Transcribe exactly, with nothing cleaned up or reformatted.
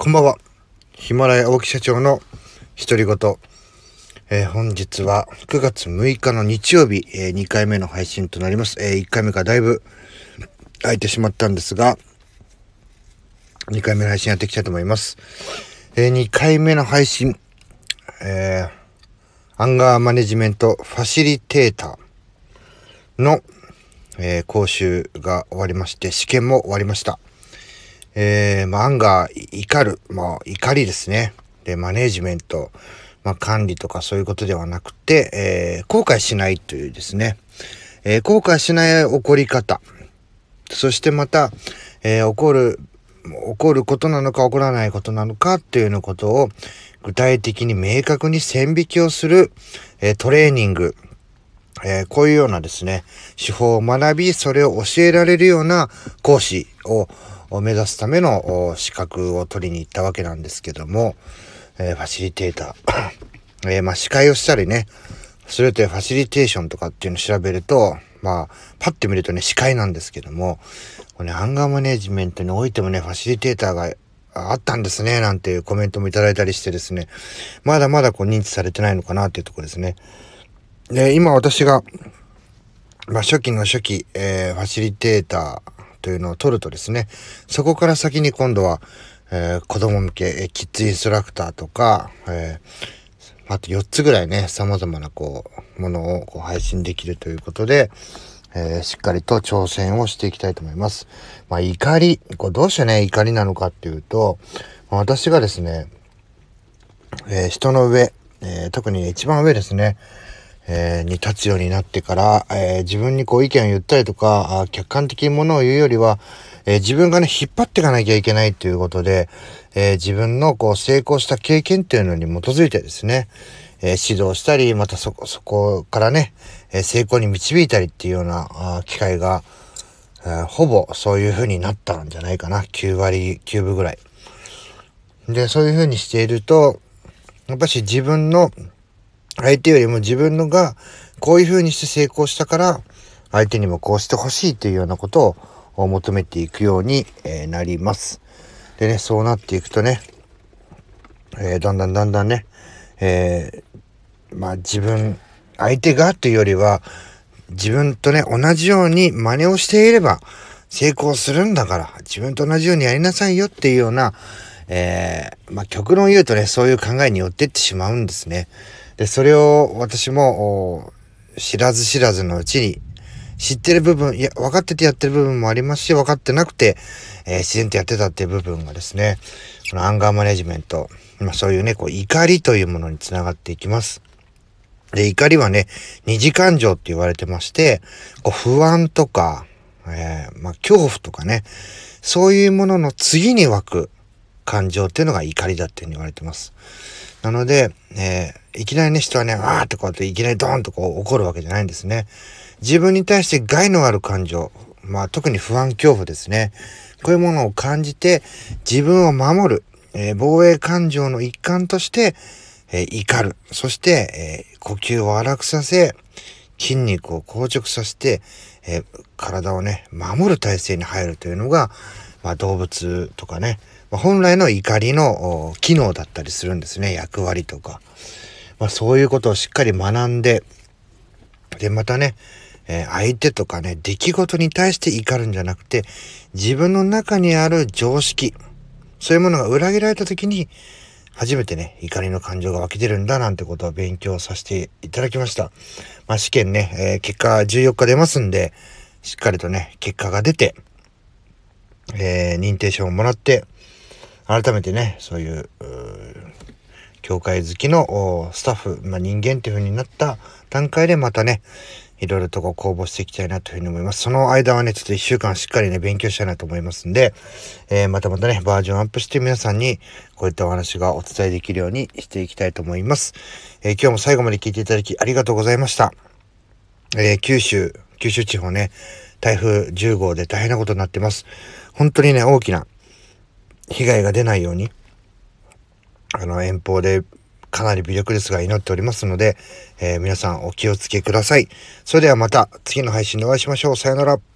こんばんは。ヒマラヤ大木社長の独り言。えー、本日はくがつむいかの日曜日、えー、にかいめの配信となります。えー、いっかいめからだいぶ空いてしまったんですが、にかいめの配信やっていきたいと思います。えー、にかいめの配信、えー、アンガーマネジメントファシリテーターの、えー、講習が終わりまして、試験も終わりました。えー、まあ、アンガー、怒る、まあ、怒りですね。で、マネージメント、まあ、管理とかそういうことではなくて、えー、後悔しないというですね、えー、後悔しない起こり方、そしてまた、えー、起こる、起こることなのか起こらないことなのかっていうようなことを具体的に明確に線引きをする、えー、トレーニング、えー、こういうようなですね、手法を学び、それを教えられるような講師を目指すための資格を取りに行ったわけなんですけども、えー、ファシリテーター、えー、まあ司会をしたりね、それとファシリテーションとかっていうのを調べると、まあパッて見るとね、司会なんですけども、これね、アンガーマネジメントにおいてもね、ファシリテーターがあったんですね、なんていうコメントもいただいたりしてですね、まだまだこう認知されてないのかなっていうところですね。で、今私が、まあ初期の初期、えー、ファシリテーター、というのを取るとですね、そこから先に今度は、えー、子供向け、えー、キッズインストラクターとか、えー、あとよっつぐらいね、様々なこう、ものをこう配信できるということで、えー、しっかりと挑戦をしていきたいと思います。まあ、怒り、こうどうしてね、怒りなのかっていうと、私がですね、えー、人の上、えー、特に一番上ですね、えー、に立つようになってから、えー、自分にこう意見を言ったりとか、あ客観的にものを言うよりは、えー、自分がね、引っ張っていかなきゃいけないということで、えー、自分のこう成功した経験っていうのに基づいてですね、えー、指導したり、またそこ、そこからね、えー、成功に導いたりっていうようなあ機会が、えー、ほぼそういう風になったんじゃないかな。きゅうわりきゅうぶぐらい。で、そういう風にしていると、やっぱし自分の相手よりも自分のがこういう風にして成功したから相手にもこうしてほしいというようなことを求めていくようになります。でね、そうなっていくとね、えー、だんだんだんだんね、えー、まあ自分、相手がというよりは自分とね、同じように真似をしていれば成功するんだから自分と同じようにやりなさいよっていうような、えー、まあ極論言うとね、そういう考えによってってしまうんですね。で、それを私も知らず知らずのうちに知ってる部分、いや、分かっててやってる部分もありますし、分かってなくて、えー、自然とやってたっていう部分がですね、このアンガーマネジメント、まあそういうね、こう怒りというものにつながっていきます。で、怒りはね、二次感情って言われてまして、こう不安とか、えー、まあ恐怖とかね、そういうものの次に湧く感情っていうのが怒りだっていうふうに言われてます。なので、えー、いきなりね、人はね、わーってこうやっていきなりドーンとこう怒るわけじゃないんですね。自分に対して害のある感情、まあ特に不安恐怖ですね。こういうものを感じて自分を守る、えー、防衛感情の一環として、えー、怒る。そして、えー、呼吸を荒くさせ、筋肉を硬直させて、えー、体をね、守る体制に入るというのが、まあ動物とかね、本来の怒りの機能だったりするんですね。役割とか。まあそういうことをしっかり学んで、で、またね、えー、相手とかね、出来事に対して怒るんじゃなくて、自分の中にある常識、そういうものが裏切られた時に、初めてね、怒りの感情が湧き出るんだなんてことを勉強させていただきました。まあ試験ね、えー、結果じゅうよっか出ますんで、しっかりとね、結果が出て、えー、認定証をもらって、改めてね、そういう、う教会好きのスタッフ、まあ、人間っていう風になった段階でまたね、いろいろとこう公募していきたいなというふうに思います。その間はね、ちょっと一週間しっかりね、勉強したいなと思いますんで、えー、またまたね、バージョンアップして皆さんにこういったお話がお伝えできるようにしていきたいと思います。えー、今日も最後まで聞いていただきありがとうございました。えー、九州、九州地方ね、台風じゅうごうで大変なことになってます。本当にね、大きな被害が出ないように、あの遠方でかなり微力ですが祈っておりますので、えー、皆さんお気をつけください。それではまた次の配信でお会いしましょう。さよなら。